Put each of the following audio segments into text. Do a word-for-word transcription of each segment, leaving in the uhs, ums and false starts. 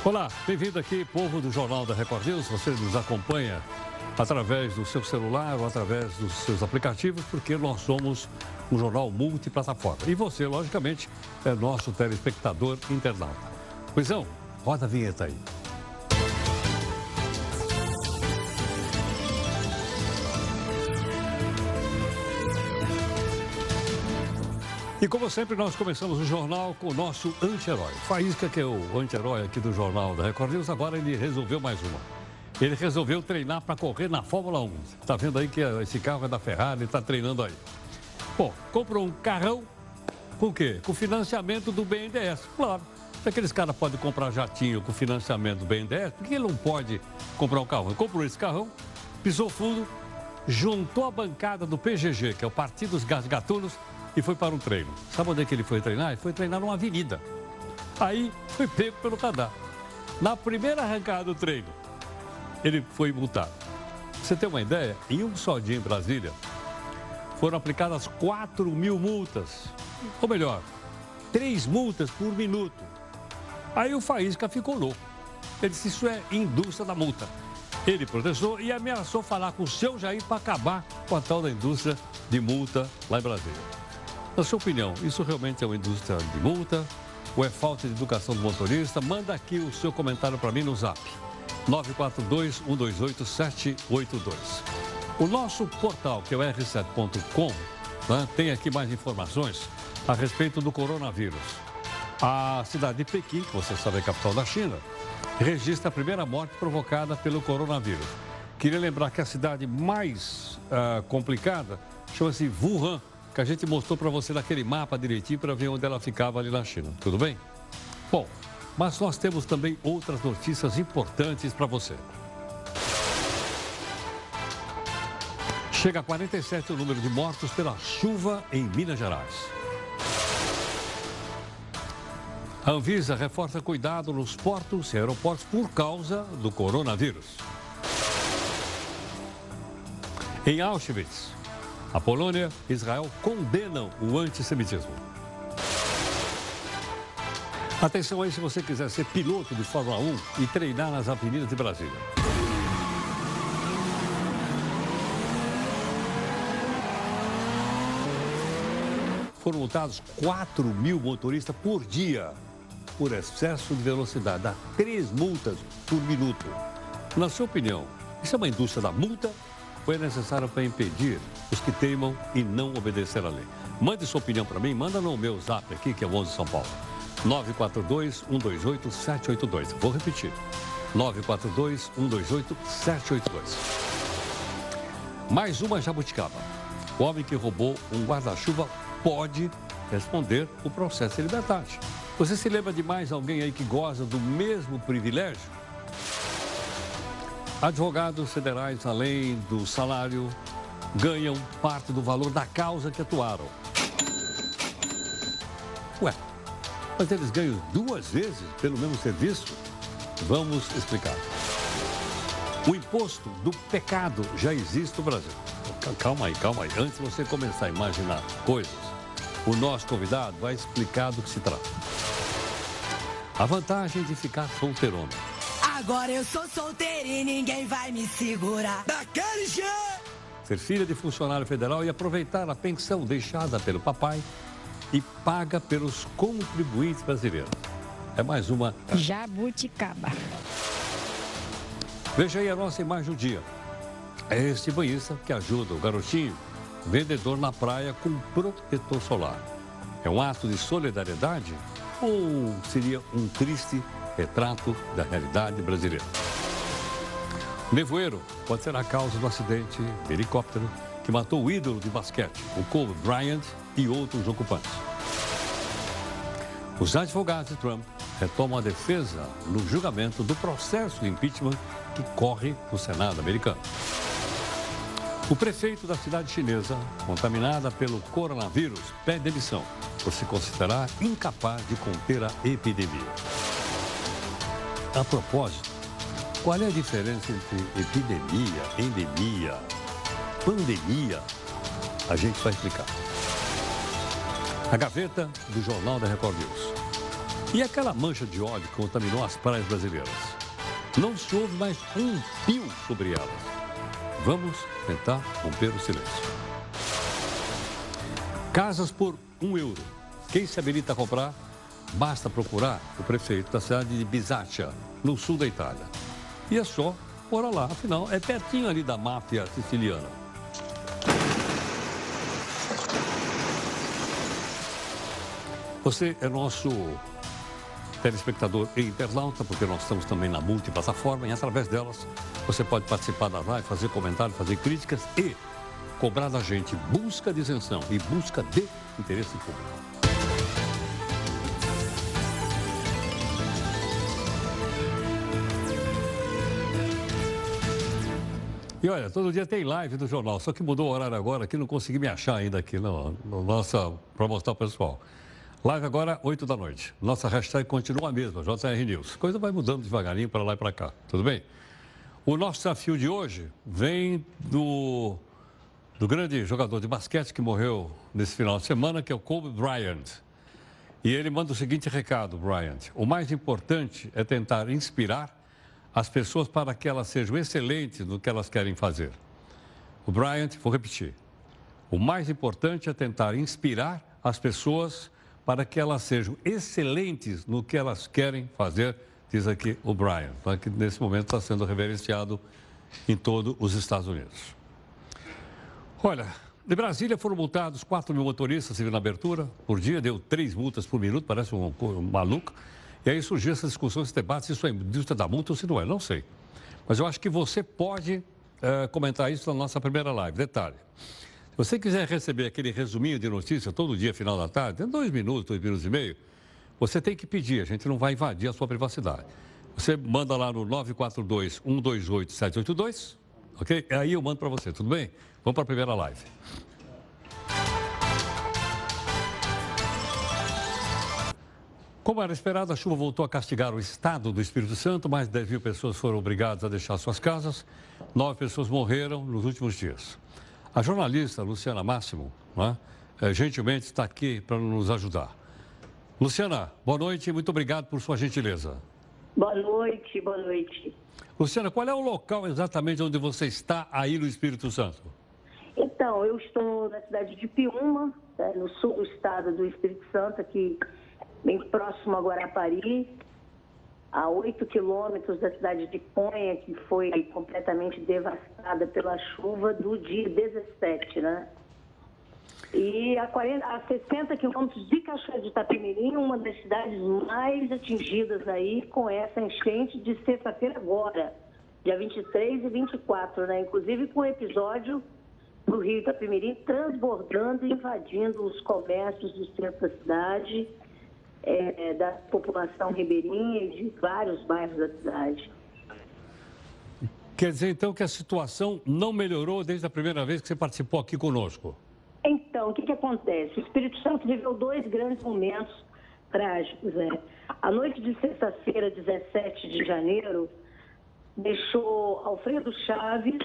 Olá, bem-vindo aqui, povo do Jornal da Record News. Você nos acompanha através do seu celular ou através dos seus aplicativos, porque nós somos um jornal multiplataforma. E você, logicamente, é nosso telespectador internauta. Poisão, roda a vinheta aí. E como sempre, nós começamos o jornal com o nosso anti-herói. Faísca, que é o anti-herói aqui do Jornal da Record News, agora ele resolveu mais uma. Ele resolveu treinar para correr na Fórmula um. Está vendo aí que esse carro é da Ferrari, ele está treinando aí. Bom, comprou um carrão com o quê? Com financiamento do B N D E S. Claro, se aqueles caras podem comprar jatinho com financiamento do B N D E S, por que ele não pode comprar um carrão? Ele comprou esse carrão, pisou fundo, juntou a bancada do P G G, que é o Partido dos Gatunos, e foi para um treino. Sabe onde é que ele foi treinar? Ele foi treinar numa avenida. Aí foi pego pelo radar. Na primeira arrancada do treino, ele foi multado. Pra você ter uma ideia, em um só dia em Brasília, foram aplicadas quatro mil multas. Ou melhor, três multas por minuto. Aí o Faísca ficou louco. Ele disse, isso é indústria da multa. Ele protestou e ameaçou falar com o seu Jair para acabar com a tal da indústria de multa lá em Brasília. Na sua opinião, isso realmente é uma indústria de multa ou é falta de educação do motorista? Manda aqui o seu comentário para mim no zap. nove quatro dois, um dois oito, sete oito dois. O nosso portal, que é o R sete ponto com, né, tem aqui mais informações a respeito do coronavírus. A cidade de Pequim, que você sabe é a capital da China, registra a primeira morte provocada pelo coronavírus. Queria lembrar que a cidade mais uh, complicada chama-se Wuhan, que a gente mostrou para você naquele mapa direitinho para ver onde ela ficava ali na China. Tudo bem? Bom, mas nós temos também outras notícias importantes para você. Chega a quarenta e sete o número de mortos pela chuva em Minas Gerais. A Anvisa reforça cuidado nos portos e aeroportos por causa do coronavírus. Em Auschwitz, a Polônia e Israel condenam o antissemitismo. Atenção aí se você quiser ser piloto de Fórmula um e treinar nas avenidas de Brasília. Foram multados quatro mil motoristas por dia por excesso de velocidade. Dá três multas por minuto. Na sua opinião, isso é uma indústria da multa? Foi necessário para impedir os que teimam e não obedecer à lei. Mande sua opinião para mim, manda no meu zap aqui, que é o onze São Paulo. nove quatro dois, um dois oito, sete oito dois. Vou repetir. nove quatro dois, um dois oito, sete oito dois. Mais uma jabuticaba. O homem que roubou um guarda-chuva pode responder o processo de liberdade. Você se lembra de mais alguém aí que goza do mesmo privilégio? Advogados federais, além do salário, ganham parte do valor da causa que atuaram. Ué, mas eles ganham duas vezes pelo mesmo serviço? Vamos explicar. O imposto do pecado já existe no Brasil. Calma aí, calma aí. Antes de você começar a imaginar coisas, o nosso convidado vai explicar do que se trata. A vantagem de ficar solteirona. Agora eu sou solteira e ninguém vai me segurar. Daquele jeito! Ser filha de funcionário federal e aproveitar a pensão deixada pelo papai e paga pelos contribuintes brasileiros. É mais uma jabuticaba. Veja aí a nossa imagem do dia. É este banhista que ajuda o garotinho, vendedor na praia com protetor solar. É um ato de solidariedade ou seria um triste retrato da realidade brasileira? Nevoeiro pode ser a causa do acidente de helicóptero que matou o ídolo de basquete, o Kobe Bryant, e outros ocupantes. Os advogados de Trump retomam a defesa no julgamento do processo de impeachment que corre no Senado americano. O prefeito da cidade chinesa, contaminada pelo coronavírus, pede demissão por se considerar incapaz de conter a epidemia. A propósito, qual é a diferença entre epidemia, endemia, pandemia? A gente vai explicar. A gaveta do Jornal da Record News. E aquela mancha de óleo que contaminou as praias brasileiras? Não se ouve mais um pio sobre elas. Vamos tentar romper o silêncio. Casas por um euro. Quem se habilita a comprar, basta procurar o prefeito da cidade de Bisaccia, no sul da Itália. E é só morar lá, afinal, é pertinho ali da máfia siciliana. Você é nosso telespectador e internauta, porque nós estamos também na multiplataforma e através delas você pode participar da live, fazer comentários, fazer críticas e cobrar da gente busca de isenção e busca de interesse público. E olha, todo dia tem live do jornal, só que mudou o horário agora, que não consegui me achar ainda aqui no, no nossa, para mostrar ao pessoal. Live agora, oito da noite. Nossa hashtag continua a mesma, J R News. Coisa vai mudando devagarinho para lá e para cá, tudo bem? O nosso desafio de hoje vem do, do grande jogador de basquete que morreu nesse final de semana, que é o Kobe Bryant. E ele manda o seguinte recado, Bryant. O mais importante é tentar inspirar as pessoas para que elas sejam excelentes no que elas querem fazer. O Bryant, vou repetir. O mais importante é tentar inspirar as pessoas para que elas sejam excelentes no que elas querem fazer, diz aqui o Bryant, que nesse momento está sendo reverenciado em todos os Estados Unidos. Olha, de Brasília foram multados quatro mil motoristas, se viu na abertura, por dia, deu três multas por minuto, parece um, um maluco. E aí surgiu essa discussão, esse debate, se isso é indústria da multa ou se não é, não sei. Mas eu acho que você pode uh, comentar isso na nossa primeira live. Detalhe. Se você quiser receber aquele resuminho de notícia todo dia, final da tarde, em dois minutos, dois minutos e meio, você tem que pedir, a gente não vai invadir a sua privacidade. Você manda lá no nove quatro dois, um dois oito, sete oito dois, ok? Aí eu mando para você, tudo bem? Vamos para a primeira live. Como era esperado, a chuva voltou a castigar o estado do Espírito Santo. Mais de dez mil pessoas foram obrigadas a deixar suas casas. Nove pessoas morreram nos últimos dias. A jornalista Luciana Máximo, né, gentilmente está aqui para nos ajudar. Luciana, boa noite e muito obrigado por sua gentileza. Boa noite, boa noite. Luciana, qual é o local exatamente onde você está aí no Espírito Santo? Então, eu estou na cidade de Piúma, né, no sul do estado do Espírito Santo, aqui bem próximo a Guarapari, a oito quilômetros da cidade de Conha, que foi completamente devastada pela chuva do dia dezessete, né? E a, quarenta, a sessenta quilômetros de Cachoeira de Itapemirim, uma das cidades mais atingidas aí com essa enchente de sexta-feira agora, dia vinte e três e vinte e quatro, né? Inclusive com o episódio do rio Itapemirim transbordando e invadindo os comércios do centro da cidade, É, da população ribeirinha e de vários bairros da cidade. Quer dizer, então, que a situação não melhorou desde a primeira vez que você participou aqui conosco? Então, o que, que acontece? O Espírito Santo viveu dois grandes momentos trágicos, né? A noite de sexta-feira, dezessete de janeiro, deixou Alfredo Chaves,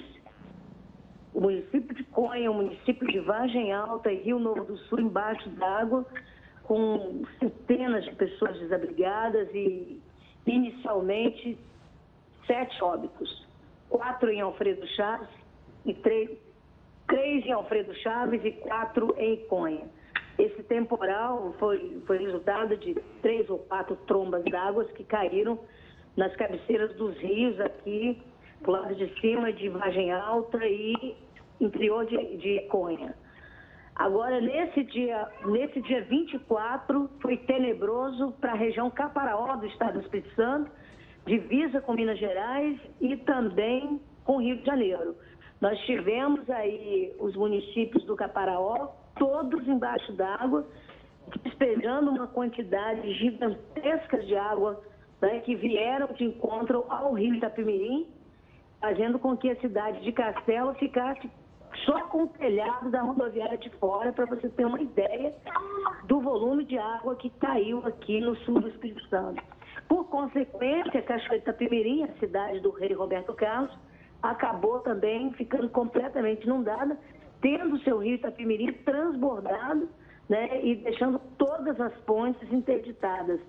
o município de Conha, o município de Vargem Alta e Rio Novo do Sul embaixo d'água, com centenas de pessoas desabrigadas e, inicialmente, sete óbitos. Quatro em Alfredo Chaves, e três, três em Alfredo Chaves e quatro em Conha. Esse temporal foi, foi resultado de três ou quatro trombas d'água que caíram nas cabeceiras dos rios aqui, do lado de cima de Vargem Alta e interior de, de Conha. Agora, nesse dia, nesse dia vinte e quatro, foi tenebroso para a região Caparaó do estado do Espírito Santo, divisa com Minas Gerais e também com o Rio de Janeiro. Nós tivemos aí os municípios do Caparaó, todos embaixo d'água, despejando uma quantidade gigantesca de água, né, que vieram de encontro ao rio Itapemirim, fazendo com que a cidade de Castelo ficasse só com o telhado da rodoviária de fora, para você ter uma ideia do volume de água que caiu aqui no sul do Espírito Santo. Por consequência, Cachoeira de Itapemirim, a cidade do rei Roberto Carlos, acabou também ficando completamente inundada, tendo seu rio Itapemirim transbordado, né, e deixando todas as pontes interditadas.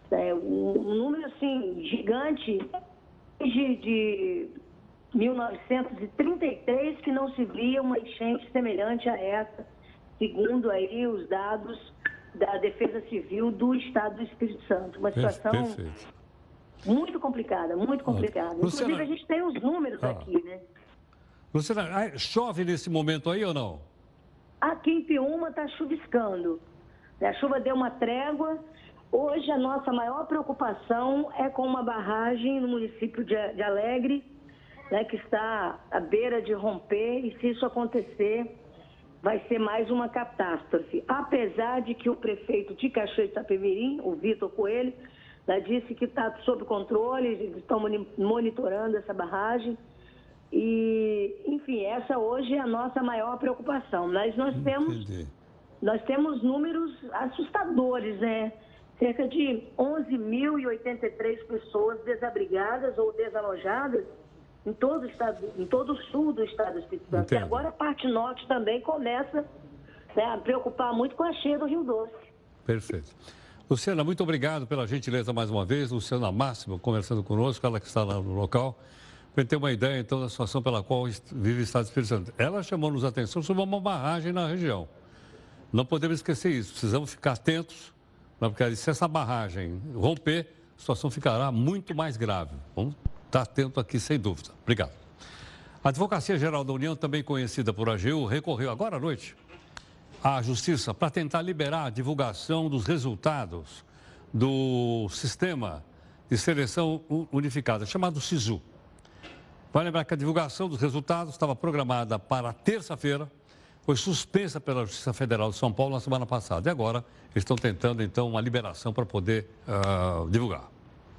É, um, um número, assim, gigante de, de mil novecentos e trinta e três que não se via uma enchente semelhante a essa, segundo aí os dados da Defesa Civil do Estado do Espírito Santo. Uma situação Perfeito. muito complicada, muito complicada. Luciana... Inclusive, a gente tem os números ah. aqui, né? Luciana, chove nesse momento aí ou não? Aqui em Piúma está chuviscando. A chuva deu uma trégua. Hoje, a nossa maior preocupação é com uma barragem no município de Alegre, né, que está à beira de romper, e se isso acontecer, vai ser mais uma catástrofe. Apesar de que o prefeito de Cachoeiro de Itapemirim, o Vitor Coelho, né, disse que está sob controle, eles estão monitorando essa barragem. E, enfim, essa hoje é a nossa maior preocupação. Mas nós temos, nós temos números assustadores, né? Cerca de onze mil e oitenta e três pessoas desabrigadas ou desalojadas em todo o, estado, em todo o sul do estado do Espírito Santo. E agora a parte norte também começa, né, a preocupar muito com a cheia do Rio Doce. Perfeito. Luciana, muito obrigado pela gentileza mais uma vez. Luciana Máximo conversando conosco, ela que está lá no local, para ter uma ideia então da situação pela qual vive o estado do Espírito Santo. Ela chamou-nos a atenção sobre uma barragem na região. Não podemos esquecer isso, precisamos ficar atentos. Porque se essa barragem romper, a situação ficará muito mais grave. Vamos estar atento aqui, sem dúvida. Obrigado. A Advocacia Geral da União, também conhecida por A G U, recorreu agora à noite à Justiça para tentar liberar a divulgação dos resultados do Sistema de Seleção Unificada, chamado SISU. Vai lembrar que a divulgação dos resultados estava programada para terça-feira, foi suspensa pela Justiça Federal de São Paulo na semana passada. E agora eles estão tentando, então, uma liberação para poder uh, divulgar.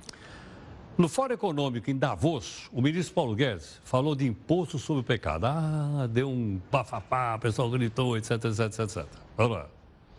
No Fórum Econômico, em Davos, o ministro Paulo Guedes falou de imposto sobre o pecado. Ah, deu um bafafá, o pessoal gritou, etc, etc, etcétera. Vamos lá.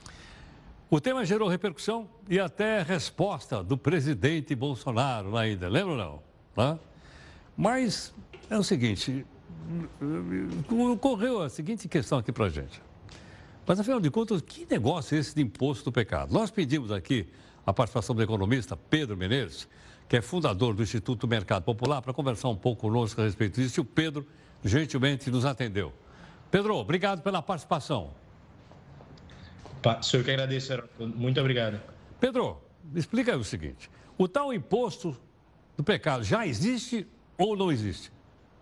O tema gerou repercussão e até resposta do presidente Bolsonaro ainda. Lembra ou não? Tá? Mas é o seguinte... Ocorreu a seguinte questão aqui para a gente. Mas, afinal de contas, que negócio é esse de imposto do pecado? Nós pedimos aqui a participação do economista Pedro Menezes, que é fundador do Instituto Mercado Popular, para conversar um pouco conosco a respeito disso. E o Pedro gentilmente nos atendeu. Pedro, obrigado pela participação. Sou eu que agradeço, Heródoto. Muito obrigado. Pedro, me explica aí o seguinte. O tal imposto do pecado já existe ou não existe?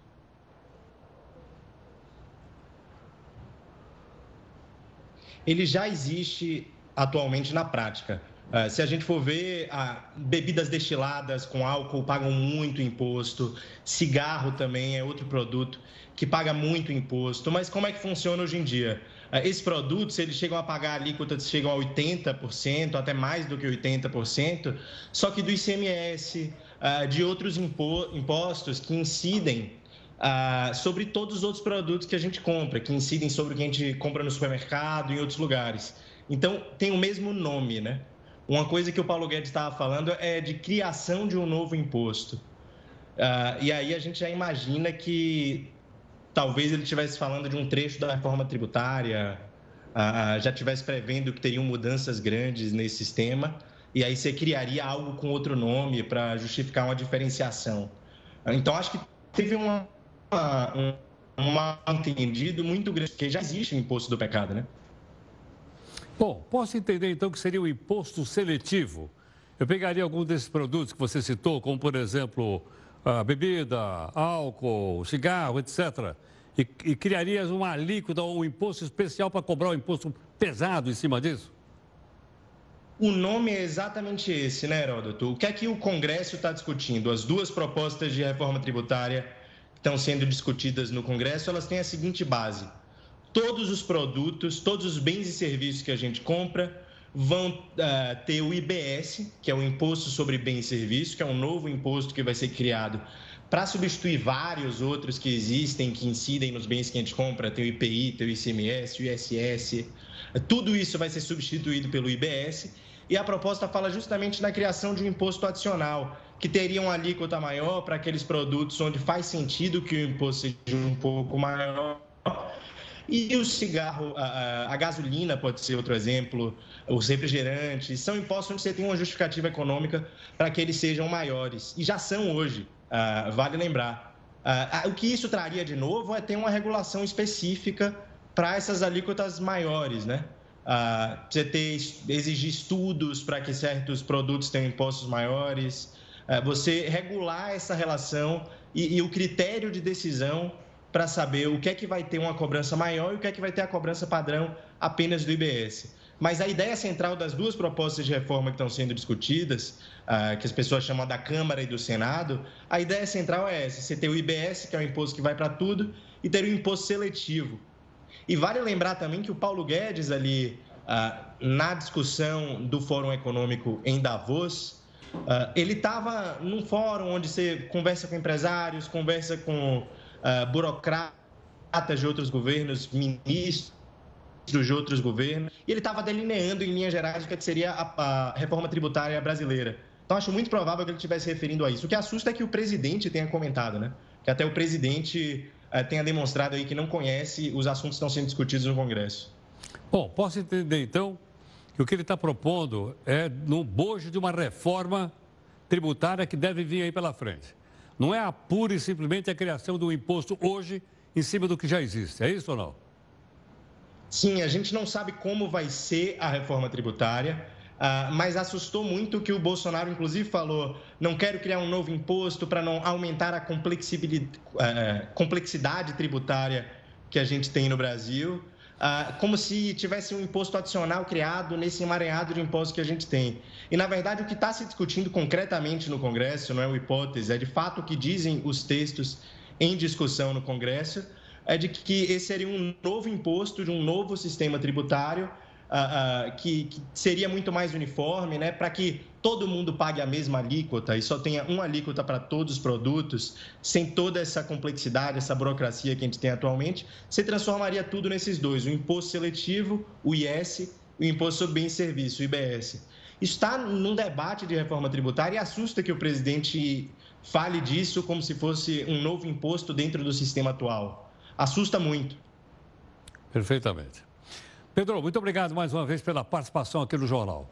Ele já existe atualmente na prática. Uh, se a gente for ver, uh, bebidas destiladas com álcool pagam muito imposto, cigarro também é outro produto que paga muito imposto. Mas como é que funciona hoje em dia? Uh, esses produtos, eles chegam a pagar alíquotas, chegam a oitenta por cento, até mais do que oitenta por cento, só que do I C M S, uh, de outros impo- impostos que incidem Uh, sobre todos os outros produtos que a gente compra, que incidem sobre o que a gente compra no supermercado e em outros lugares. Então, tem o mesmo nome, né? Uma coisa que o Paulo Guedes estava falando é de criação de um novo imposto. Uh, e aí a gente já imagina que talvez ele estivesse falando de um trecho da reforma tributária, uh, já estivesse prevendo que teriam mudanças grandes nesse sistema, e aí você criaria algo com outro nome para justificar uma diferenciação. Uh, então, acho que teve uma... Um, um mal entendido muito grande, porque já existe o imposto do pecado, né? Bom, posso entender então que seria o imposto seletivo. Eu pegaria algum desses produtos que você citou, como por exemplo, a bebida, álcool, cigarro, etcétera. E, e criarias uma alíquota ou um imposto especial para cobrar um imposto pesado em cima disso? O nome é exatamente esse, né, Heródoto? O que é que o Congresso está discutindo? As duas propostas de reforma tributária estão sendo discutidas no Congresso, elas têm a seguinte base: todos os produtos, todos os bens e serviços que a gente compra vão uh, ter o I B S, que é o Imposto sobre Bens e Serviços, que é um novo imposto que vai ser criado para substituir vários outros que existem, que incidem nos bens que a gente compra. Tem o I P I, tem o I C M S, o I S S, tudo isso vai ser substituído pelo I B S, e a proposta fala justamente na criação de um imposto adicional, que teria uma alíquota maior para aqueles produtos onde faz sentido que o imposto seja um pouco maior, E o cigarro, a, a gasolina pode ser outro exemplo, os refrigerantes, são impostos onde você tem uma justificativa econômica para que eles sejam maiores. E já são hoje, uh, vale lembrar. Uh, o que isso traria de novo é ter uma regulação específica para essas alíquotas maiores, né? Uh, você ter, exigir estudos para que certos produtos tenham impostos maiores, uh, você regular essa relação e, e o critério de decisão para saber o que é que vai ter uma cobrança maior e o que é que vai ter a cobrança padrão apenas do I B S. Mas a ideia central das duas propostas de reforma que estão sendo discutidas, uh, que as pessoas chamam da Câmara e do Senado, a ideia central é essa: você ter o I B S, que é o imposto que vai para tudo, e ter o imposto seletivo. E vale lembrar também que o Paulo Guedes, ali, uh, na discussão do Fórum Econômico em Davos, uh, ele estava num fórum onde você conversa com empresários, conversa com uh, burocratas de outros governos, ministros de outros governos, e ele estava delineando em linhas gerais o que seria a, a reforma tributária brasileira. Então, acho muito provável que ele estivesse referindo a isso. O que assusta é que o presidente tenha comentado, né? Que até o presidente uh, tenha demonstrado aí que não conhece os assuntos que estão sendo discutidos no Congresso. Bom, posso entender, então, que o que ele está propondo é no bojo de uma reforma tributária que deve vir aí pela frente. Não é a pura e simplesmente a criação do imposto hoje em cima do que já existe. É isso ou não? Sim, a gente não sabe como vai ser a reforma tributária, uh, mas assustou muito que o Bolsonaro, inclusive, falou: não quero criar um novo imposto para não aumentar a complexidade, uh, complexidade tributária que a gente tem no Brasil, uh, como se tivesse um imposto adicional criado nesse emaranhado de impostos que a gente tem. E, na verdade, o que está se discutindo concretamente no Congresso, não é uma hipótese, é de fato o que dizem os textos em discussão no Congresso, é de que esse seria um novo imposto, de um novo sistema tributário, uh, uh, que, que seria muito mais uniforme, né, para que todo mundo pague a mesma alíquota e só tenha uma alíquota para todos os produtos, sem toda essa complexidade, essa burocracia que a gente tem atualmente. Você transformaria tudo nesses dois: o imposto seletivo, o I S, e o imposto sobre bens e serviços, o I B S. Isso está num debate de reforma tributária e assusta que o presidente fale disso como se fosse um novo imposto dentro do sistema atual. Assusta muito. Perfeitamente. Pedro, muito obrigado mais uma vez pela participação aqui no Jornal.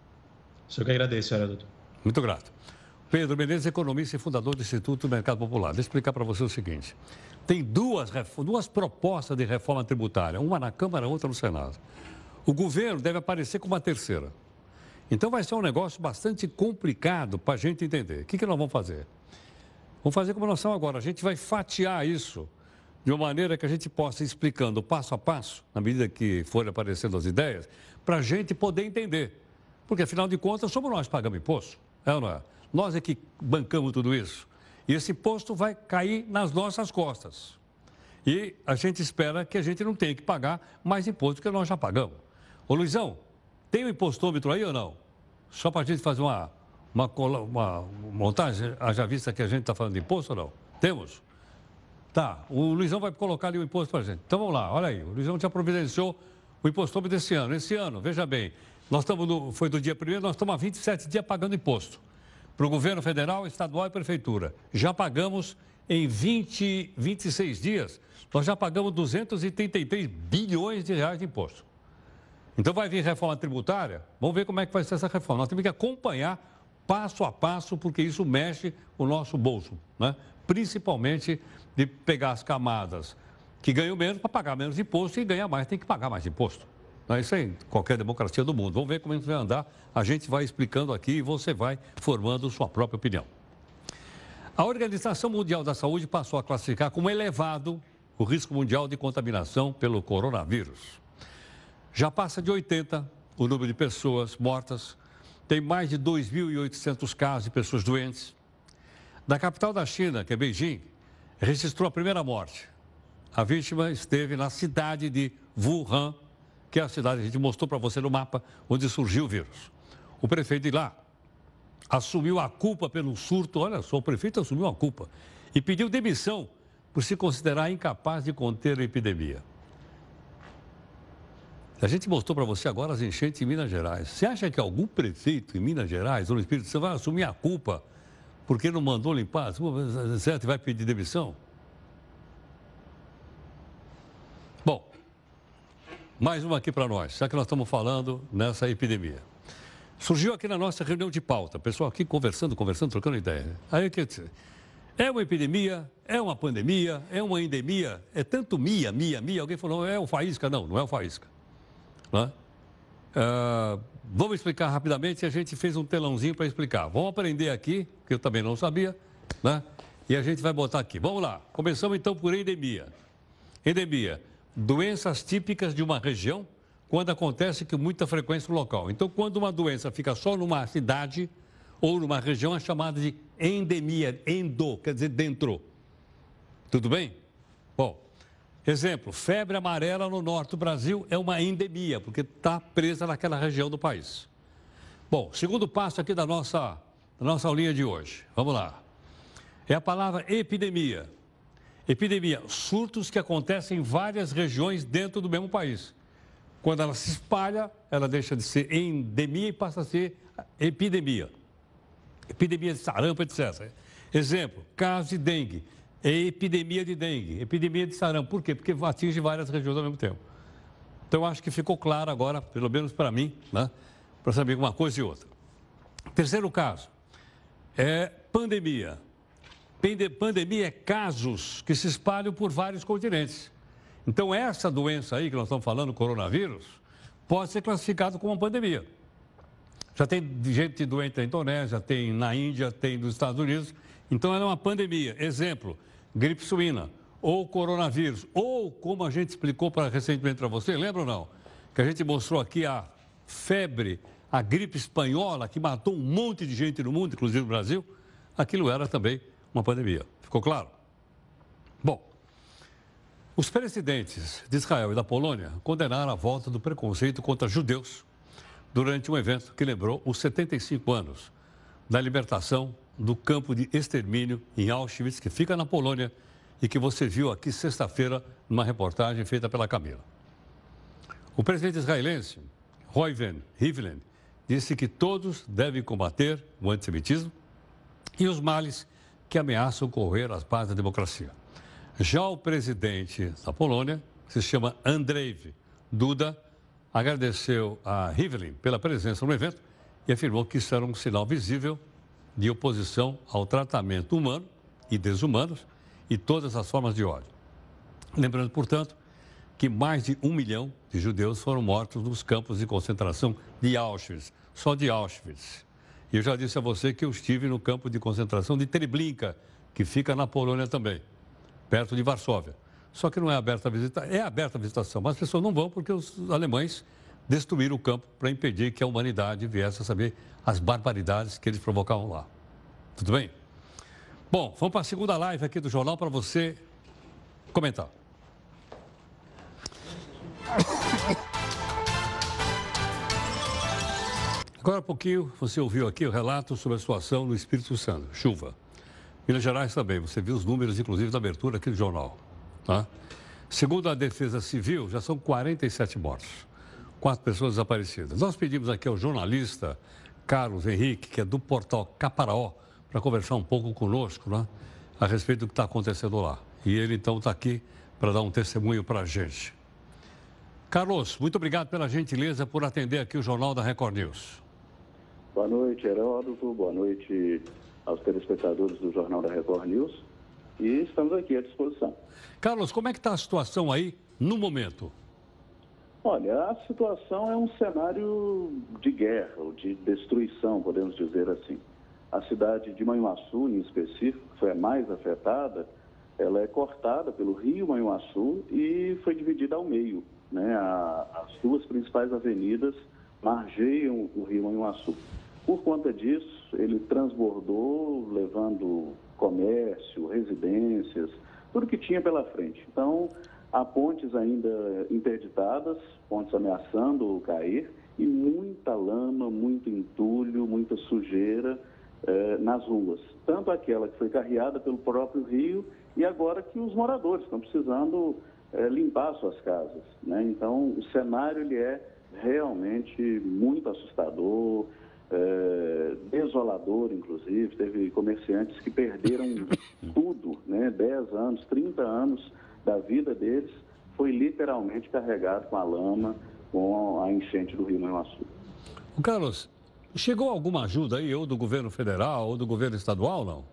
Só que agradeço, Heródoto. Muito grato. Pedro Menezes, economista e fundador do Instituto Mercado Popular. Deixa eu explicar para você o seguinte. Tem duas, duas propostas de reforma tributária, uma na Câmara, outra no Senado. O governo deve aparecer com uma terceira. Então vai ser um negócio bastante complicado para a gente entender. O que, que nós vamos fazer? Vamos fazer como nós estamos agora. A gente vai fatiar isso de uma maneira que a gente possa ir explicando passo a passo, na medida que forem aparecendo as ideias, para a gente poder entender. Porque, afinal de contas, somos nós que pagamos imposto, é ou não é? Nós é que bancamos tudo isso. E esse imposto vai cair nas nossas costas. E a gente espera que a gente não tenha que pagar mais imposto que nós já pagamos. Ô, Luizão, tem o impostômetro aí ou não? Só para a gente fazer uma, uma, uma montagem, haja vista que a gente está falando de imposto ou não? Temos? Tá, o Luizão vai colocar ali o imposto para a gente. Então vamos lá, olha aí, o Luizão já providenciou o impostômetro desse ano. Esse ano, veja bem, nós estamos no, foi do dia primeiro, nós estamos há vinte e sete dias pagando imposto. Para o governo federal, estadual e prefeitura. Já pagamos em vinte, vinte e seis dias, nós já pagamos duzentos e trinta e três bilhões de reais de imposto. Então vai vir reforma tributária, vamos ver como é que vai ser essa reforma. Nós temos que acompanhar passo a passo, porque isso mexe o nosso bolso, né? Principalmente de pegar as camadas que ganham menos para pagar menos imposto e ganha mais tem que pagar mais imposto. Não é isso aí, qualquer democracia do mundo. Vamos ver como isso vai andar, a gente vai explicando aqui e você vai formando sua própria opinião. A Organização Mundial da Saúde passou a classificar como elevado o risco mundial de contaminação pelo coronavírus. Já passa de oitenta o número de pessoas mortas, tem mais de dois mil e oitocentos casos de pessoas doentes. Da capital da China, que é Beijing, registrou a primeira morte. A vítima esteve na cidade de Wuhan, que é a cidade que a gente mostrou para você no mapa, onde surgiu o vírus. O prefeito de lá assumiu a culpa pelo surto, olha só, o prefeito assumiu a culpa e pediu demissão por se considerar incapaz de conter a epidemia. A gente mostrou para você agora as enchentes em Minas Gerais. Você acha que algum prefeito em Minas Gerais ou no Espírito Santo vai assumir a culpa porque não mandou limpar, certo? Vai pedir demissão? Bom, mais uma aqui para nós, já que nós estamos falando nessa epidemia. Surgiu aqui na nossa reunião de pauta, pessoal aqui conversando, conversando, trocando ideia. Aí, quer dizer, é uma epidemia, é uma pandemia, é uma endemia, é tanto mia, mia, mia. Alguém falou, é o Faísca. Não, não é o Faísca. Não é? Uh, vamos explicar rapidamente e a gente fez um telãozinho para explicar. Vamos aprender aqui, que eu também não sabia, né? E a gente vai botar aqui. Vamos lá. Começamos então por endemia. Endemia, doenças típicas de uma região quando acontece com muita frequência no local. Então, quando uma doença fica só numa cidade ou numa região, é chamada de endemia, endo, quer dizer dentro. Tudo bem? Bom, exemplo, febre amarela no norte do Brasil é uma endemia, porque está presa naquela região do país. Bom, segundo passo aqui da nossa, da nossa aulinha de hoje. Vamos lá. É a palavra epidemia. Epidemia, surtos que acontecem em várias regiões dentro do mesmo país. Quando ela se espalha, ela deixa de ser endemia e passa a ser epidemia. Epidemia de sarampo, etcétera. Exemplo, caso de dengue. É epidemia de dengue, epidemia de sarampo. Por quê? Porque atinge várias regiões ao mesmo tempo. Então, eu acho que ficou claro agora, pelo menos para mim, né? Para saber uma coisa e outra. Terceiro caso é pandemia. Pandemia é casos que se espalham por vários continentes. Então, essa doença aí que nós estamos falando, coronavírus, pode ser classificado como uma pandemia. Já tem gente doente na Indonésia, tem na Índia, tem nos Estados Unidos. Então, ela é uma pandemia. Exemplo, gripe suína, ou coronavírus, ou como a gente explicou pra, recentemente para você, lembra ou não? Que a gente mostrou aqui a febre, a gripe espanhola, que matou um monte de gente no mundo, inclusive no Brasil. Aquilo era também uma pandemia. Ficou claro? Bom, os presidentes de Israel e da Polônia condenaram a volta do preconceito contra judeus durante um evento que lembrou os setenta e cinco anos da libertação do campo de extermínio em Auschwitz, que fica na Polônia e que você viu aqui sexta-feira numa reportagem feita pela Camila. O presidente israelense, Reuven Rivlin, disse que todos devem combater o antissemitismo e os males que ameaçam corroer as bases da democracia. Já o presidente da Polônia, que se chama Andrzej Duda, agradeceu a Rivlin pela presença no evento e afirmou que isso era um sinal visível de oposição ao tratamento humano e desumanos e todas as formas de ódio. Lembrando, portanto, que mais de um milhão de judeus foram mortos nos campos de concentração de Auschwitz, só de Auschwitz. E eu já disse a você que eu estive no campo de concentração de Treblinka, que fica na Polônia também, perto de Varsóvia. Só que não é aberta a visita, é aberta a visitação, mas as pessoas não vão porque os alemães destruíram o campo para impedir que a humanidade viesse a saber as barbaridades que eles provocavam lá. Tudo bem? Bom, vamos para a segunda live aqui do jornal para você comentar. Agora há pouquinho você ouviu aqui o relato sobre a situação no Espírito Santo, chuva. Minas Gerais também, você viu os números, inclusive, da abertura aqui do jornal. Tá? Segundo a Defesa Civil, já são quarenta e sete mortos, quatro pessoas desaparecidas. Nós pedimos aqui ao jornalista Carlos Henrique, que é do portal Caparaó, para conversar um pouco conosco, né, a respeito do que está acontecendo lá. E ele, então, está aqui para dar um testemunho para a gente. Carlos, muito obrigado pela gentileza por atender aqui o Jornal da Record News. Boa noite, Heródoto. Boa noite aos telespectadores do Jornal da Record News. E estamos aqui à disposição. Carlos, como é que está a situação aí no momento? Olha, a situação é um cenário de guerra, ou de destruição, podemos dizer assim. A cidade de Manhuaçu, em específico, que foi a mais afetada, ela é cortada pelo rio Manhuaçu e foi dividida ao meio, né? A, as duas principais avenidas margeiam o rio Manhuaçu. Por conta disso, ele transbordou, levando comércio, residências, tudo que tinha pela frente. Então, há pontes ainda interditadas, pontes ameaçando cair, e muita lama, muito entulho, muita sujeira eh, nas ruas. Tanto aquela que foi carreada pelo próprio rio e agora que os moradores estão precisando eh, limpar suas casas, né? Então, o cenário ele é realmente muito assustador, é, desolador, inclusive. Teve comerciantes que perderam tudo, né? dez anos, trinta anos da vida deles foi literalmente carregado com a lama, com a enchente do Rio Manhuaçu. Carlos, chegou alguma ajuda aí, ou do governo federal, ou do governo estadual, não?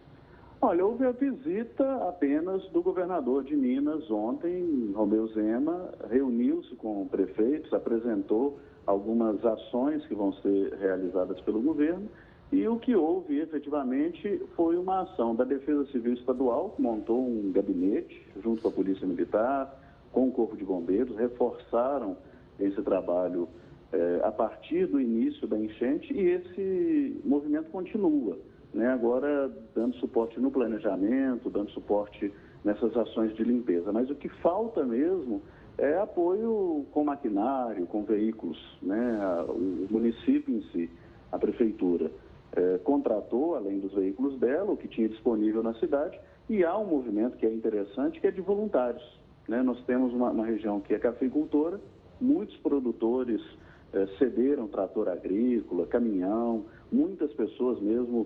Olha, houve a visita apenas do governador de Minas ontem, Romeu Zema, reuniu-se com prefeitos, apresentou algumas ações que vão ser realizadas pelo governo, e o que houve efetivamente foi uma ação da Defesa Civil Estadual, que montou um gabinete junto com a Polícia Militar, com o Corpo de Bombeiros, reforçaram esse trabalho eh, a partir do início da enchente, e esse movimento continua, né? Agora dando suporte no planejamento, dando suporte nessas ações de limpeza. Mas o que falta mesmo é apoio com maquinário, com veículos, né? O município em si, a prefeitura, eh, contratou, além dos veículos dela, o que tinha disponível na cidade, e há um movimento que é interessante, que é de voluntários, né? Nós temos uma, uma região que é cafeicultora, muitos produtores eh, cederam trator agrícola, caminhão, muitas pessoas mesmo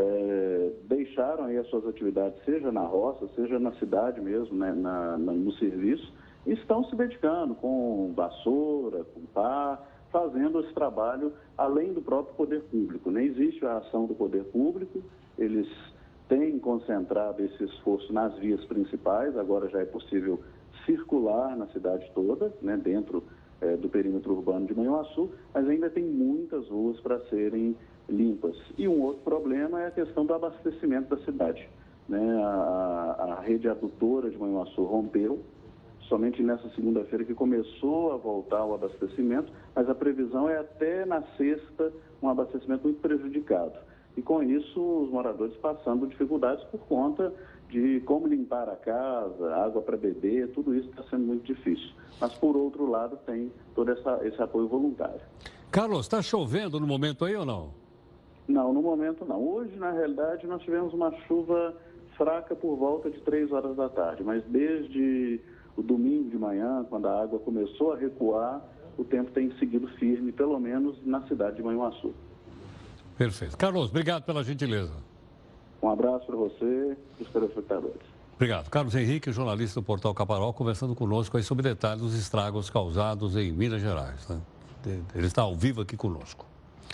eh, deixaram aí as suas atividades, seja na roça, seja na cidade mesmo, né? na, na, no serviço, e estão se dedicando com vassoura, com pá, fazendo esse trabalho além do próprio poder público. Nem existe a ação do poder público, eles têm concentrado esse esforço nas vias principais, agora já é possível circular na cidade toda, né, dentro eh, do perímetro urbano de Manhuaçu, mas ainda tem muitas ruas para serem limpas. E um outro problema é a questão do abastecimento da cidade, né? A, a rede adutora de Manhuaçu rompeu, somente nessa segunda-feira que começou a voltar o abastecimento, mas a previsão é até na sexta um abastecimento muito prejudicado. E com isso os moradores passando dificuldades por conta de como limpar a casa, água para beber, tudo isso está sendo muito difícil. Mas por outro lado tem todo essa, esse apoio voluntário. Carlos, está chovendo no momento aí ou não? Não, no momento não. Hoje, na realidade, nós tivemos uma chuva fraca por volta de três horas da tarde, mas desde o domingo de manhã, quando a água começou a recuar, o tempo tem seguido firme, pelo menos na cidade de Manhuaçu. Perfeito. Carlos, obrigado pela gentileza. Um abraço para você e os telespectadores. Obrigado. Carlos Henrique, jornalista do Portal Caparol, conversando conosco aí sobre detalhes dos estragos causados em Minas Gerais, né? Ele está ao vivo aqui conosco.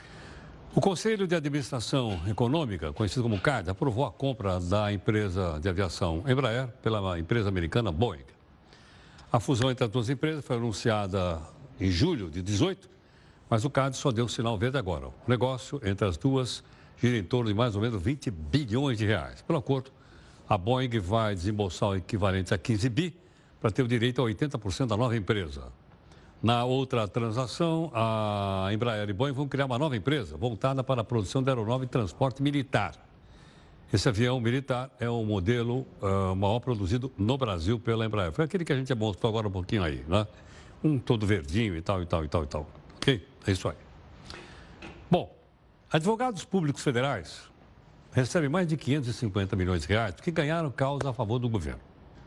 O Conselho de Administração Econômica, conhecido como C A D, aprovou a compra da empresa de aviação Embraer pela empresa americana Boeing. A fusão entre as duas empresas foi anunciada em julho de dezoito, mas o C A D só deu sinal verde agora. O negócio entre as duas gira em torno de mais ou menos vinte bilhões de reais. Pelo acordo, a Boeing vai desembolsar o equivalente a quinze bi para ter o direito a oitenta por cento da nova empresa. Na outra transação, a Embraer e Boeing vão criar uma nova empresa voltada para a produção de aeronave e transporte militar. Esse avião militar é o modelo uh, maior produzido no Brasil pela Embraer. Foi aquele que a gente mostrou agora um pouquinho aí, né? Um todo verdinho e tal, e tal, e tal, e tal. Ok? É isso aí. Bom, advogados públicos federais recebem mais de quinhentos e cinquenta milhões de reais porque ganharam causa a favor do governo.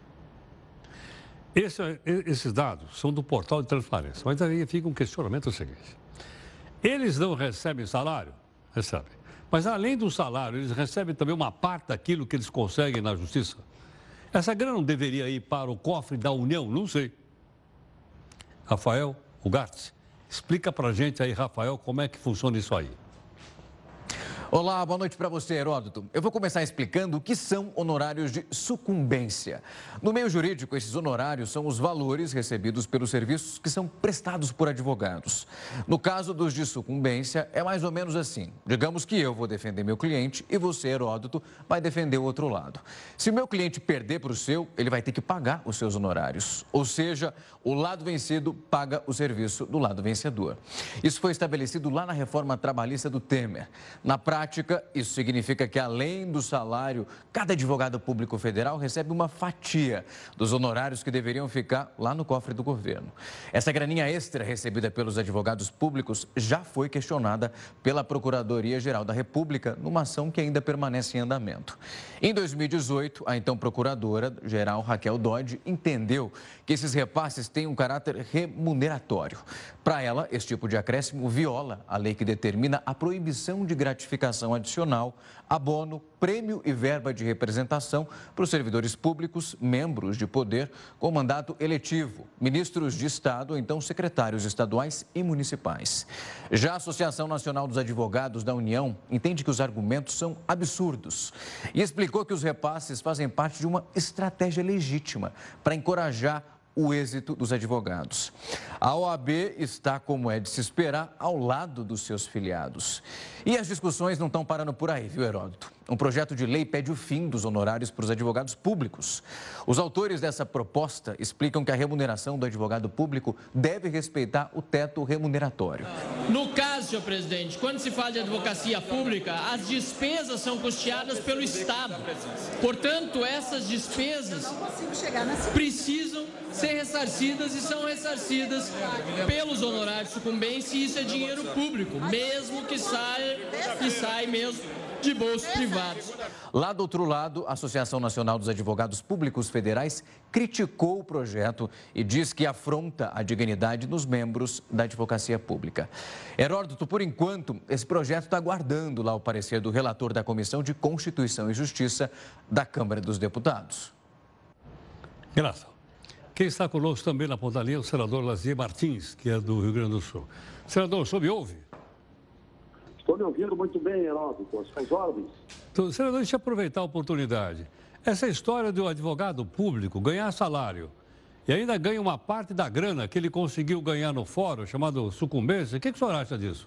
Esse, esses dados são do portal de transparência, mas aí fica um questionamento o seguinte. Eles não recebem salário? Recebem. Mas além do salário, eles recebem também uma parte daquilo que eles conseguem na justiça? Essa grana não deveria ir para o cofre da União? Não sei. Rafael Ugarte, explica pra gente aí, Rafael, como é que funciona isso aí. Olá, boa noite para você, Heródoto. Eu vou começar explicando o que são honorários de sucumbência. No meio jurídico, esses honorários são os valores recebidos pelos serviços que são prestados por advogados. No caso dos de sucumbência, é mais ou menos assim. Digamos que eu vou defender meu cliente e você, Heródoto, vai defender o outro lado. Se o meu cliente perder para o seu, ele vai ter que pagar os seus honorários. Ou seja, o lado vencido paga o serviço do lado vencedor. Isso foi estabelecido lá na reforma trabalhista do Temer. Na prática, prática, isso significa que, além do salário, cada advogado público federal recebe uma fatia dos honorários que deveriam ficar lá no cofre do governo. Essa graninha extra recebida pelos advogados públicos já foi questionada pela Procuradoria-Geral da República numa ação que ainda permanece em andamento. Em dois mil e dezoito, a então Procuradora-Geral Raquel Dodge entendeu que esses repasses têm um caráter remuneratório. Para ela, esse tipo de acréscimo viola a lei que determina a proibição de gratificação bonificação adicional, abono, prêmio e verba de representação para os servidores públicos, membros de poder com mandato eletivo, ministros de Estado ou então secretários estaduais e municipais. Já a Associação Nacional dos Advogados da União entende que os argumentos são absurdos e explicou que os repasses fazem parte de uma estratégia legítima para encorajar o êxito dos advogados. A O A B está, como é de se esperar, ao lado dos seus filiados. E as discussões não estão parando por aí, viu, Heródoto? Um projeto de lei pede o fim dos honorários para os advogados públicos. Os autores dessa proposta explicam que a remuneração do advogado público deve respeitar o teto remuneratório. No caso, senhor presidente, quando se fala de advocacia pública, as despesas são custeadas pelo Estado. Portanto, essas despesas precisam ser ressarcidas e são ressarcidas pelos honorários de sucumbência, e isso é dinheiro público, mesmo que saia e sai mesmo de bolsos privados. Lá do outro lado, a Associação Nacional dos Advogados Públicos Federais criticou o projeto e diz que afronta a dignidade dos membros da advocacia pública. Heródoto, por enquanto, esse projeto está aguardando lá o parecer do relator da Comissão de Constituição e Justiça da Câmara dos Deputados. Graça. Quem está conosco também na ponta da linha é o senador Lazier Martins, que é do Rio Grande do Sul. Senador, o senhor me ouve? Estou me ouvindo muito bem, Heródoto, as suas ordens. Então, senador, deixa eu aproveitar a oportunidade. Essa história do advogado público ganhar salário e ainda ganha uma parte da grana que ele conseguiu ganhar no fórum, chamado sucumbência, o que, que o senhor acha disso?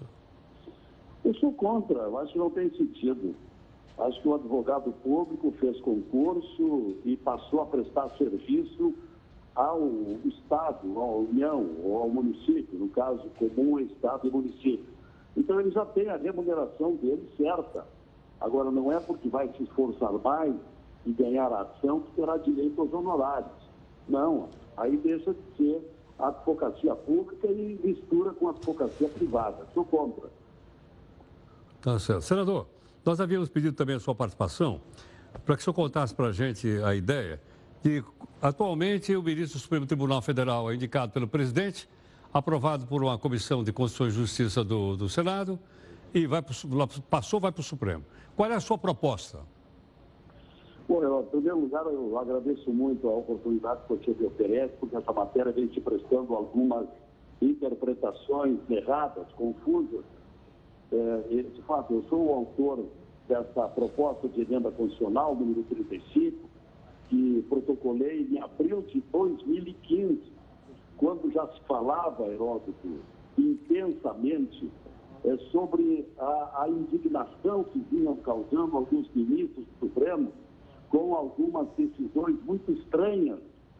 Eu sou contra, eu acho que não tem sentido. Acho que o advogado público fez concurso e passou a prestar serviço ao Estado, à União ou ao município, no caso comum, Estado e município. Então, ele já tem a remuneração dele certa. Agora, não é porque vai se esforçar mais e ganhar a ação que terá direito aos honorários. Não, aí deixa de ser a advocacia pública e mistura com a advocacia privada. Sou contra. Tá certo. Senador, nós havíamos pedido também a sua participação para que o senhor contasse para a gente a ideia de, atualmente, o ministro do Supremo Tribunal Federal é indicado pelo presidente, aprovado por uma comissão de Constituição e Justiça do, do Senado e vai pro, passou, vai para o Supremo. Qual é a sua proposta? Bom, eu, em primeiro lugar, eu agradeço muito a oportunidade que você me oferece, porque essa matéria vem te prestando algumas interpretações erradas, confusas. É, de fato, eu sou o autor dessa proposta de emenda constitucional, número trinta e cinco, que protocolei em abril de dois mil e quinze. Quando já se falava, Heródoto, intensamente é, sobre a, a indignação que vinham causando alguns ministros do Supremo com algumas decisões muito estranhas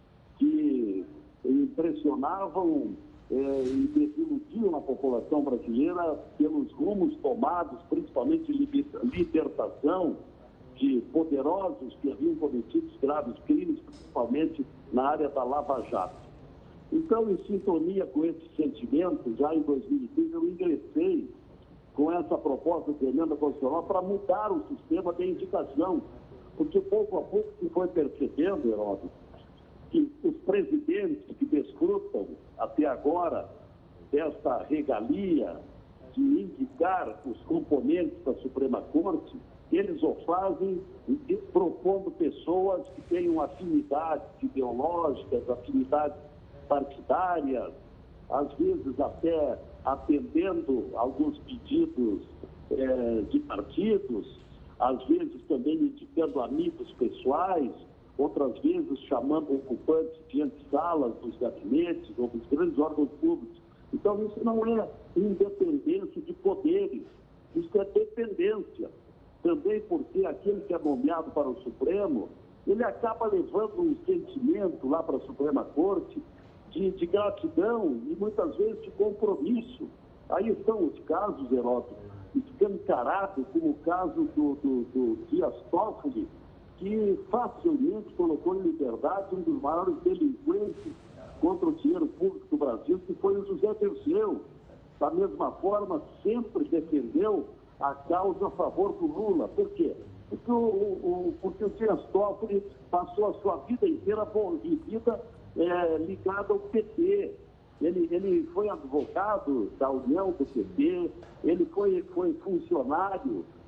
que impressionavam é, e desiludiam a população brasileira pelos rumos tomados, principalmente de libertação de poderosos que haviam cometido graves crimes, principalmente na área da Lava Jato. Então, em sintonia com esse sentimento, já em dois mil e quinze, eu ingressei com essa proposta de emenda constitucional para mudar o sistema de indicação, porque pouco a pouco se foi percebendo, Heródoto, que os presidentes que desfrutam até agora desta regalia de indicar os componentes da Suprema Corte, eles o fazem propondo pessoas que tenham afinidades ideológicas, afinidades partidárias, às vezes até atendendo alguns pedidos eh, de partidos, às vezes também indicando amigos pessoais, outras vezes chamando ocupantes de antessalas dos gabinetes ou dos grandes órgãos públicos. Então, isso não é independência de poderes, isso é dependência. Também porque aquele que é nomeado para o Supremo, ele acaba levando um sentimento lá para a Suprema Corte de, de gratidão e muitas vezes de compromisso. Aí estão os casos, Heródoto, escancarados, como o caso do, do, do Dias Toffoli, que facilmente colocou em liberdade um dos maiores delinquentes contra o dinheiro público do Brasil, que foi o José Dirceu. Da mesma forma, sempre defendeu a causa a favor do Lula. Por quê? Porque o, o, porque o Dias Toffoli passou a sua vida inteira vivida é, ligada ao P T. Ele, ele foi advogado da União do P T, ele foi, foi funcionário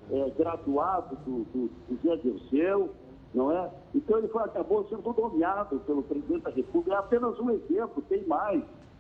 é, graduado do, do, do Zé Dirceu, não é? Então ele foi, acabou sendo nomeado pelo presidente da República. É apenas um exemplo, tem mais,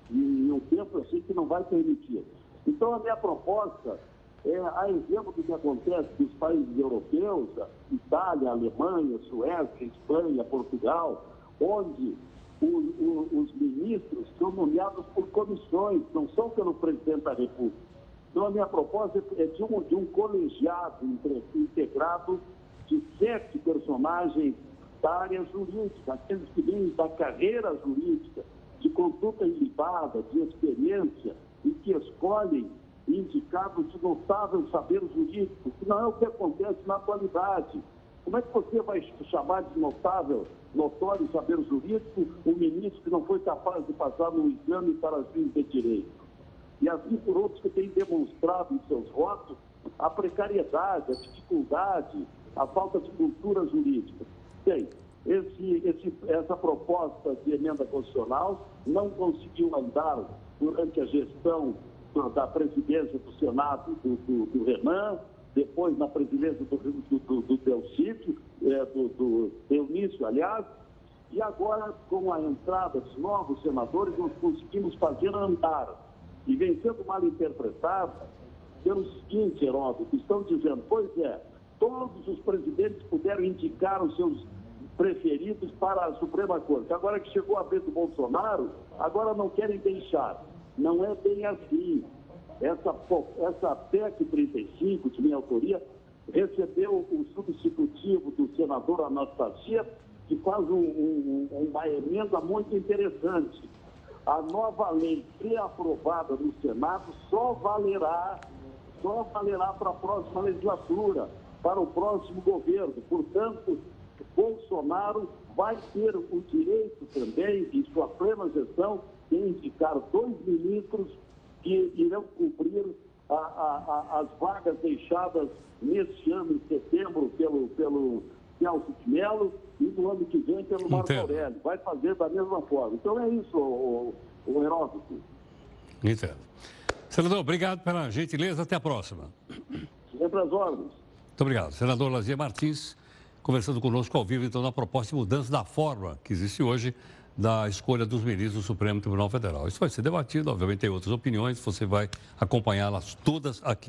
e o tempo eu sei que não vai permitir. Então a minha proposta é, a exemplo do que acontece nos países europeus, Itália, Alemanha, Suécia, Espanha, Portugal, onde o, o, os ministros são nomeados por comissões, não são pelo presidente da República. Então a minha proposta é de um, de um colegiado integrado de sete personagens da área jurídica, aqueles que vêm da carreira jurídica, de conduta ilibada, de experiência, e que escolhem indicados de notável saber jurídico, que não é o que acontece na atualidade. Como é que você vai chamar de notável, notório saber jurídico um ministro que não foi capaz de passar no exame para juiz de direito? E assim por outros que têm demonstrado em seus votos a precariedade, a dificuldade, a falta de cultura jurídica. Bem, esse, esse, essa proposta de emenda constitucional não conseguiu andar durante a gestão da presidência do Senado do, do, do Renan, depois na presidência do, do, do, do Delcídio, é, do, do Eunício, aliás, e agora, com a entrada dos novos senadores, nós conseguimos fazer andar. E vem sendo mal interpretada pelo seguinte, Heródoto, estão dizendo, pois é, todos os presidentes puderam indicar os seus preferidos para a Suprema Corte. Agora que chegou a vez do Bolsonaro, agora não querem deixar. Não é bem assim. Essa, essa P E C trinta e cinco, de minha autoria, recebeu o substitutivo do senador Anastasia, que faz um, um, uma emenda muito interessante. A nova lei pré-aprovada no Senado só valerá, só valerá para a próxima legislatura, para o próximo governo. Portanto, Bolsonaro vai ter o direito também, em sua plena gestão, de indicar dois ministros que irão cumprir a, a, a, as vagas deixadas neste ano, em setembro, pelo, pelo Celso de Mello e no ano que vem pelo Marco Aurélio. Vai fazer da mesma forma. Então é isso, o, o Heródoto. Entendo. Senador, obrigado pela gentileza. Até a próxima. Sempre às ordens. Muito obrigado. Senador Lazier Martins, conversando conosco ao vivo, então, na proposta de mudança da forma que existe hoje da escolha dos ministros do Supremo Tribunal Federal. Isso vai ser debatido, obviamente tem outras opiniões, você vai acompanhá-las todas aqui.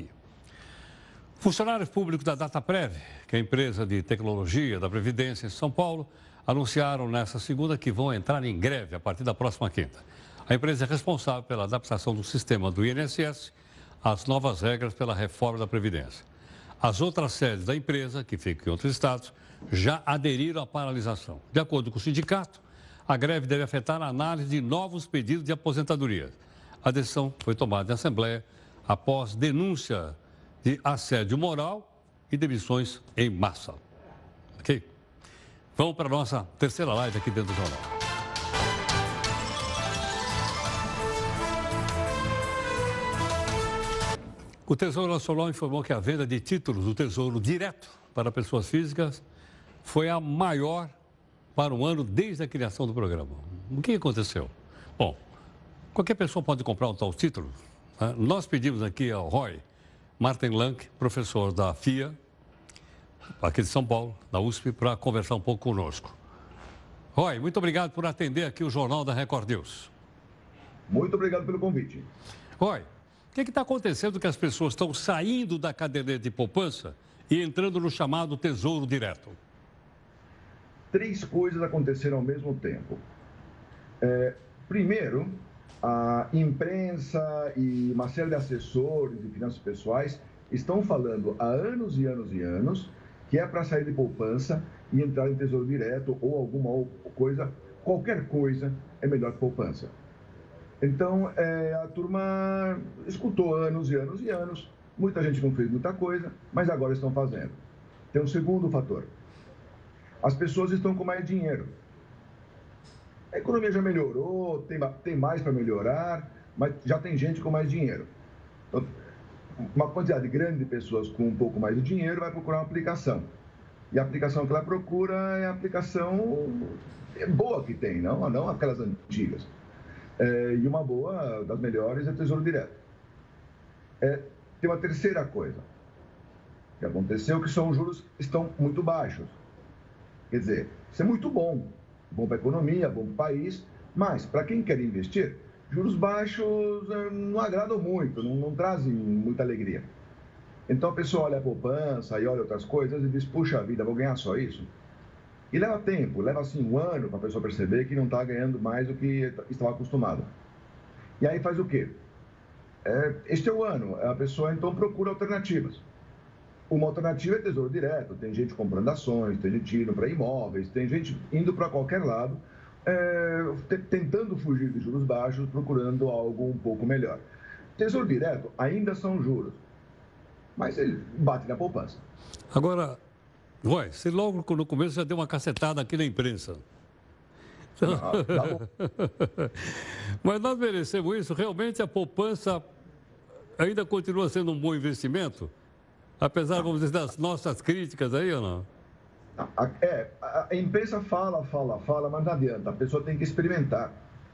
Funcionários públicos da Dataprev, que é a empresa de tecnologia da Previdência em São Paulo, anunciaram nesta segunda que vão entrar em greve a partir da próxima quinta. A empresa é responsável pela adaptação do sistema do I N S S às novas regras pela reforma da Previdência. As outras sedes da empresa, que ficam em outros estados, já aderiram à paralisação. De acordo com o sindicato, a greve deve afetar a análise de novos pedidos de aposentadoria. A decisão foi tomada em Assembleia após denúncia de assédio moral e demissões em massa. Ok? Vamos para a nossa terceira live aqui dentro do jornal. O Tesouro Nacional informou que a venda de títulos do Tesouro direto para pessoas físicas foi a maior para um ano desde a criação do programa. O que aconteceu? Bom, qualquer pessoa pode comprar um tal título. Né? Nós pedimos aqui ao Roy Martin Lank, professor da F I A, aqui de São Paulo, da U S P, para conversar um pouco conosco. Roy, muito obrigado por atender aqui o Jornal da Record News. Muito obrigado pelo convite. Roy, o que está acontecendo que as pessoas estão saindo da caderneta de poupança e entrando no chamado Tesouro Direto? Três coisas aconteceram ao mesmo tempo. É, primeiro, a imprensa e uma série de assessores de finanças pessoais estão falando há anos e anos e anos que é para sair de poupança e entrar em Tesouro Direto ou alguma coisa, qualquer coisa é melhor que poupança. Então, é, a turma escutou anos e anos e anos, muita gente não fez muita coisa, mas agora estão fazendo. Tem um segundo fator. As pessoas estão com mais dinheiro. A economia já melhorou, tem, tem mais para melhorar, mas já tem gente com mais dinheiro. Então, uma quantidade grande de pessoas com um pouco mais de dinheiro vai procurar uma aplicação. E a aplicação que ela procura é a aplicação boa que tem, não, não aquelas antigas. É, e uma boa, das melhores, é Tesouro Direto. É, tem uma terceira coisa. que aconteceu, que são os juros que estão muito baixos. Quer dizer, isso é muito bom, bom para a economia, bom para o país, mas para quem quer investir, juros baixos não agradam muito, não, não trazem muita alegria. Então a pessoa olha a poupança e olha outras coisas e diz, puxa vida, vou ganhar só isso? E leva tempo, leva assim um ano para a pessoa perceber que não está ganhando mais do que estava acostumado. E aí faz o quê? É, este é o ano, a pessoa então procura alternativas. Uma alternativa é tesouro direto, tem gente comprando ações, tem gente indo para imóveis, tem gente indo para qualquer lado, é, tentando fugir de juros baixos, procurando algo um pouco melhor. Tesouro direto ainda são juros, mas ele bate na poupança. Agora, Roy, você logo no começo já deu uma cacetada aqui na imprensa. Ah, tá bom. Mas nós merecemos isso? Realmente a poupança ainda continua sendo um bom investimento? Apesar, vamos dizer, das nossas críticas aí ou não? É, a imprensa fala, fala, fala, mas não adianta. A pessoa tem que experimentar.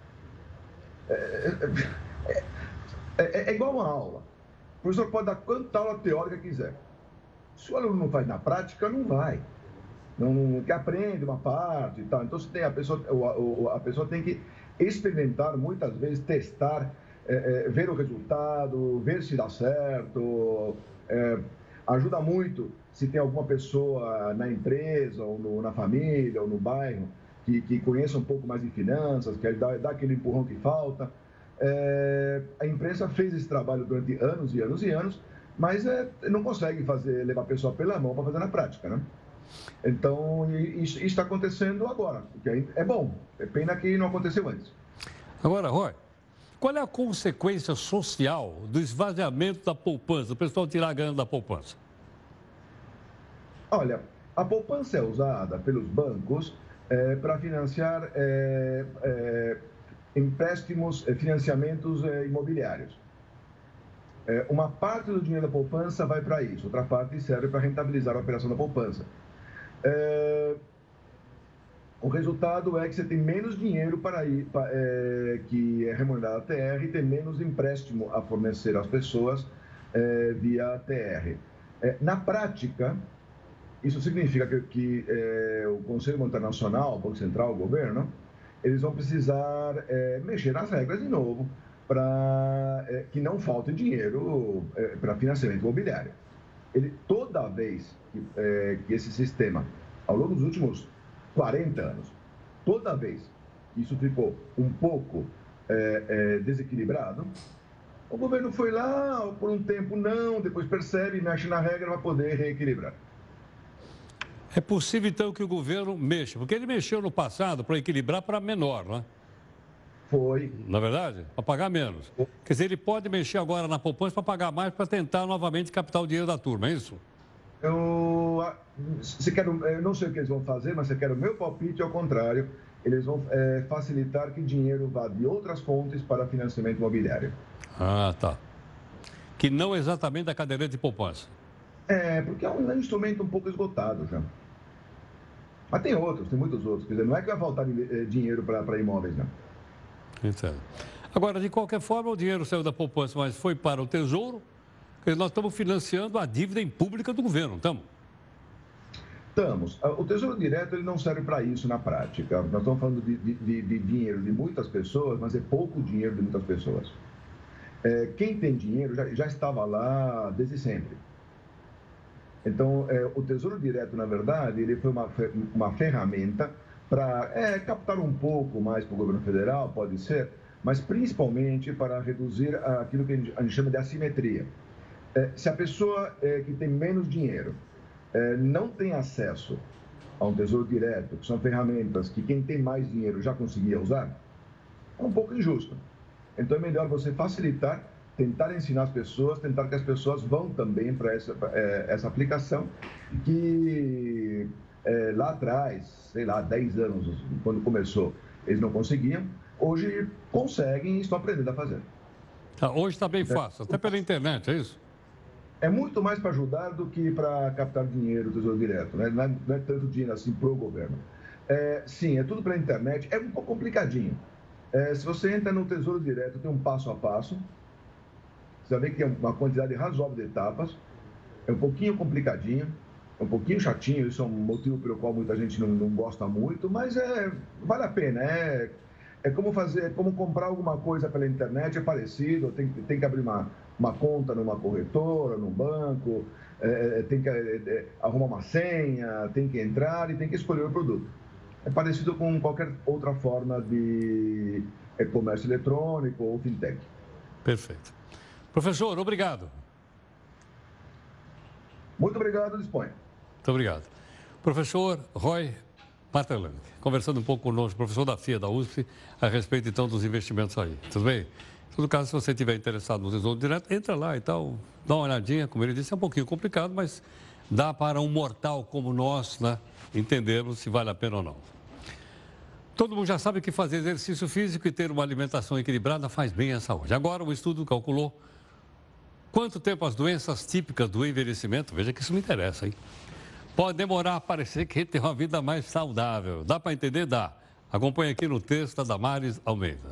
É, é, é, é igual uma aula. O professor pode dar quanta aula teórica quiser. Se o aluno não faz na prática, não vai. Não, não que aprende uma parte e tal. Então, você tem a, pessoa, a pessoa tem que experimentar, muitas vezes, testar, é, é, ver o resultado, ver se dá certo. É, ajuda muito se tem alguma pessoa na empresa, ou no, na família, ou no bairro, que, que conheça um pouco mais de finanças, que dá, dá aquele empurrão que falta. É, a imprensa fez esse trabalho durante anos e anos e anos, mas é, não consegue fazer, levar a pessoa pela mão para fazer na prática, né? Então, isso, isso está acontecendo agora, o que é bom. É pena que não aconteceu antes. Agora, Roy, qual é a consequência social do esvaziamento da poupança, o pessoal tirar a grana da poupança? Olha, a poupança é usada pelos bancos é, para financiar é, é, empréstimos, é, financiamentos é, imobiliários. É, uma parte do dinheiro da poupança vai para isso, outra parte serve para rentabilizar a operação da poupança. É, o resultado é que você tem menos dinheiro para ir, para, é, que é remunerado a T R e tem menos empréstimo a fornecer às pessoas é, via T R. É, na prática, isso significa que, que é, o Conselho Monetário Nacional, o Banco Central, o governo, eles vão precisar é, mexer nas regras de novo para é, que não falte dinheiro é, para financiamento imobiliário. Ele, toda vez que, é, que esse sistema, ao longo dos últimos quarenta anos, toda vez que isso ficou um pouco é, é, desequilibrado, o governo foi lá, por um tempo não, depois percebe, mexe na regra para poder reequilibrar. É possível, então, que o governo mexa, porque ele mexeu no passado para equilibrar para menor, não é? Foi. Na verdade, para pagar menos. Quer dizer, ele pode mexer agora na poupança para pagar mais, para tentar novamente captar o dinheiro da turma, é isso? Eu, se quer, eu não sei o que eles vão fazer, mas se quer o meu palpite, ao contrário, eles vão é, facilitar que dinheiro vá de outras fontes para financiamento imobiliário. Ah, tá. Que não exatamente da caderneta de poupança. É, porque é um instrumento um pouco esgotado já. Mas tem outros, tem muitos outros. Quer dizer, não é que vai faltar dinheiro para imóveis, não. Entendo. Agora, de qualquer forma, o dinheiro saiu da poupança, mas foi para o Tesouro. Nós estamos financiando a dívida pública do governo, estamos? Estamos. O Tesouro Direto ele não serve para isso na prática. Nós estamos falando de, de, de dinheiro de muitas pessoas, mas é pouco dinheiro de muitas pessoas. É, quem tem dinheiro já, já estava lá desde sempre. Então, é, o Tesouro Direto, na verdade, ele foi uma, uma ferramenta para é, captar um pouco mais para o governo federal, pode ser, mas principalmente para reduzir aquilo que a gente, a gente chama de assimetria. É, se a pessoa é, que tem menos dinheiro é, não tem acesso a um Tesouro Direto, que são ferramentas que quem tem mais dinheiro já conseguia usar, é um pouco injusto. Então, é melhor você facilitar, tentar ensinar as pessoas, tentar que as pessoas vão também para essa, é, essa aplicação que é, lá atrás, sei lá, dez anos, quando começou, eles não conseguiam, hoje conseguem e estão aprendendo a fazer. Ah, hoje está bem fácil, até pela internet, é isso? É muito mais para ajudar do que para captar dinheiro do Tesouro Direto, né? Não é, não é tanto dinheiro assim para o governo. É, sim, é tudo pela internet, é um pouco complicadinho. É, se você entra no Tesouro Direto, tem um passo a passo, você vai ver que é uma quantidade razoável de etapas. é um pouquinho complicadinho, é um pouquinho chatinho, isso é um motivo pelo qual muita gente não, não gosta muito, mas é, vale a pena, é, é como fazer, é como comprar alguma coisa pela internet, é parecido, tem, tem que abrir uma, uma conta numa corretora, num banco, é, tem que é, arrumar uma senha, tem que entrar e tem que escolher o produto. É parecido com qualquer outra forma de é, comércio eletrônico ou fintech. Perfeito. Professor, obrigado. Muito obrigado, disponha. Muito obrigado. Professor Roy Martelang, conversando um pouco conosco, professor da F I A da U S P, a respeito então dos investimentos aí. Tudo bem? Em todo caso, se você estiver interessado no Tesouro Direto, entra lá e tal, dá uma olhadinha, como ele disse, é um pouquinho complicado, mas dá para um mortal como nós, né, entendermos se vale a pena ou não. Todo mundo já sabe que fazer exercício físico e ter uma alimentação equilibrada faz bem à saúde. Agora, o estudo calculou quanto tempo as doenças típicas do envelhecimento, veja que isso me interessa, hein? Pode demorar a parecer que tem uma vida mais saudável. Dá para entender? Dá. Acompanhe aqui no texto da Damares Almeida.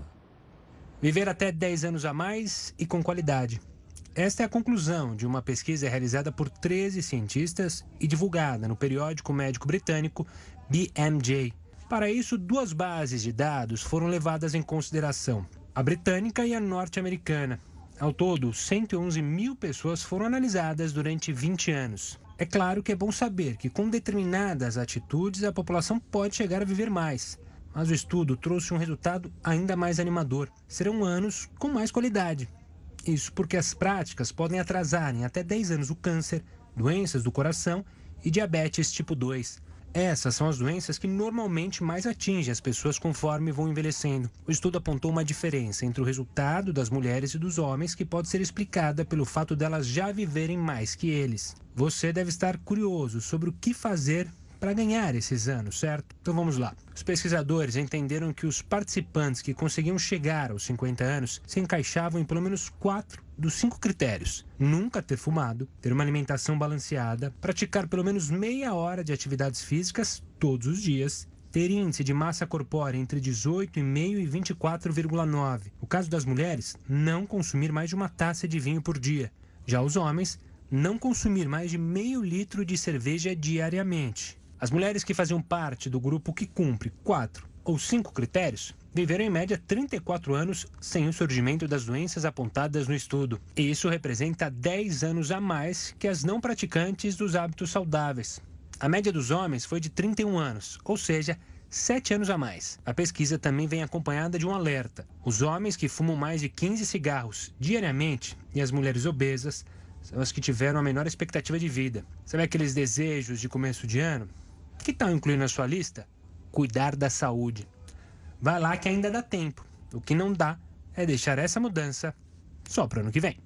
Viver até dez anos a mais e com qualidade. Esta é a conclusão de uma pesquisa realizada por treze cientistas e divulgada no periódico médico britânico B M J. Para isso, duas bases de dados foram levadas em consideração, a britânica e a norte-americana. Ao todo, cento e onze mil pessoas foram analisadas durante vinte anos. É claro que é bom saber que com determinadas atitudes a população pode chegar a viver mais. Mas o estudo trouxe um resultado ainda mais animador. Serão anos com mais qualidade. Isso porque as práticas podem atrasar em até dez anos o câncer, doenças do coração e diabetes tipo dois. Essas são as doenças que normalmente mais atingem as pessoas conforme vão envelhecendo. O estudo apontou uma diferença entre o resultado das mulheres e dos homens que pode ser explicada pelo fato delas já viverem mais que eles. Você deve estar curioso sobre o que fazer para ganhar esses anos, certo? Então vamos lá. Os pesquisadores entenderam que os participantes que conseguiam chegar aos cinquenta anos se encaixavam em pelo menos quatro dos cinco critérios: nunca ter fumado, ter uma alimentação balanceada, praticar pelo menos meia hora de atividades físicas todos os dias, ter índice de massa corpórea entre dezoito vírgula cinco e vinte e quatro vírgula nove. No caso das mulheres, não consumir mais de uma taça de vinho por dia. Já os homens, não consumir mais de meio litro de cerveja diariamente. As mulheres que faziam parte do grupo que cumpre quatro ou cinco critérios viveram em média trinta e quatro anos sem o surgimento das doenças apontadas no estudo. E isso representa dez anos a mais que as não praticantes dos hábitos saudáveis. A média dos homens foi de trinta e um anos, ou seja, sete anos a mais. A pesquisa também vem acompanhada de um alerta. Os homens que fumam mais de quinze cigarros diariamente e as mulheres obesas são as que tiveram a menor expectativa de vida. Sabe aqueles desejos de começo de ano? Que tal incluir na sua lista? Cuidar da saúde. Vai lá que ainda dá tempo. O que não dá é deixar essa mudança só para o ano que vem.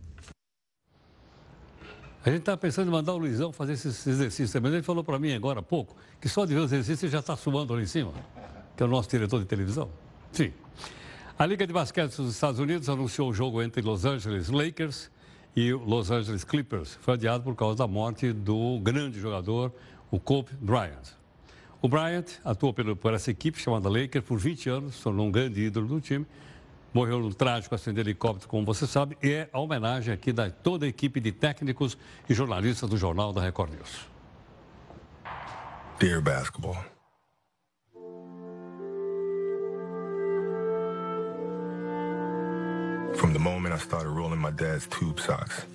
A gente está pensando em mandar o Luizão fazer esses exercícios também. Ele falou para mim agora há pouco que só de ver os exercícios já está suando ali em cima, que é o nosso diretor de televisão. Sim. A Liga de Basquete dos Estados Unidos anunciou o jogo entre Los Angeles Lakers e o Los Angeles Clippers. Foi adiado por causa da morte do grande jogador, o Kobe Bryant. O Bryant atuou por essa equipe chamada Lakers por vinte anos, tornou um grande ídolo do time, morreu num trágico acidente de helicóptero, como você sabe, e é a homenagem aqui da toda a equipe de técnicos e jornalistas do Jornal da Record News. Dear basketball. From the moment I started rolling my dad's tube socks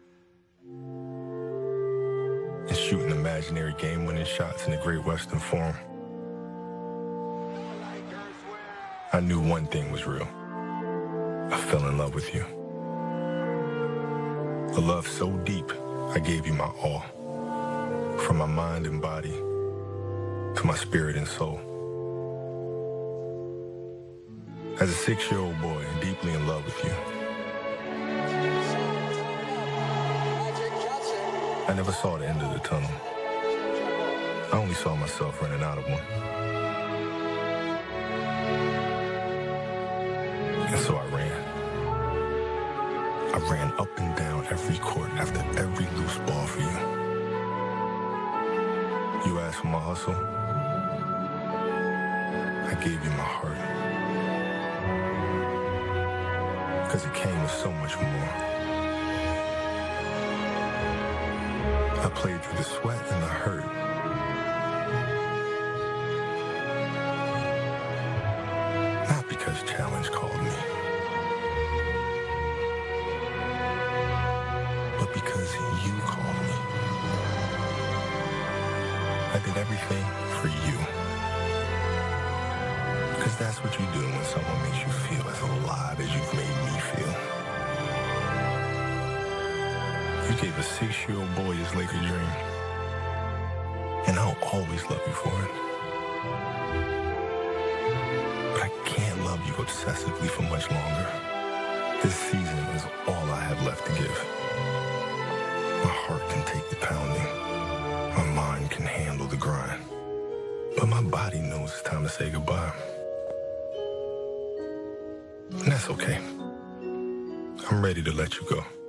and shooting imaginary game-winning shots in the Great Western Forum, I knew one thing was real. I fell in love with you. A love so deep, I gave you my all. From my mind and body to my spirit and soul. As a six-year-old boy, deeply in love with you, I never saw the end of the tunnel. I only saw myself running out of one. And so I ran. I ran up and down every court after every loose ball for you. You asked for my hustle. I gave you my heart. Because it came with so much more. played through the sweat and the hurt. Not because challenge called me, but because you called me. I did everything for you. Because that's what you do when someone makes you feel as alive as you've made me feel. You gave a six-year-old boy his Laker dream. And I'll always love you for it. But I can't love you obsessively for much longer. This season is all I have left to give. My heart can take the pounding. My mind can handle the grind. But my body knows it's time to say goodbye. And that's okay. I'm ready to let you go.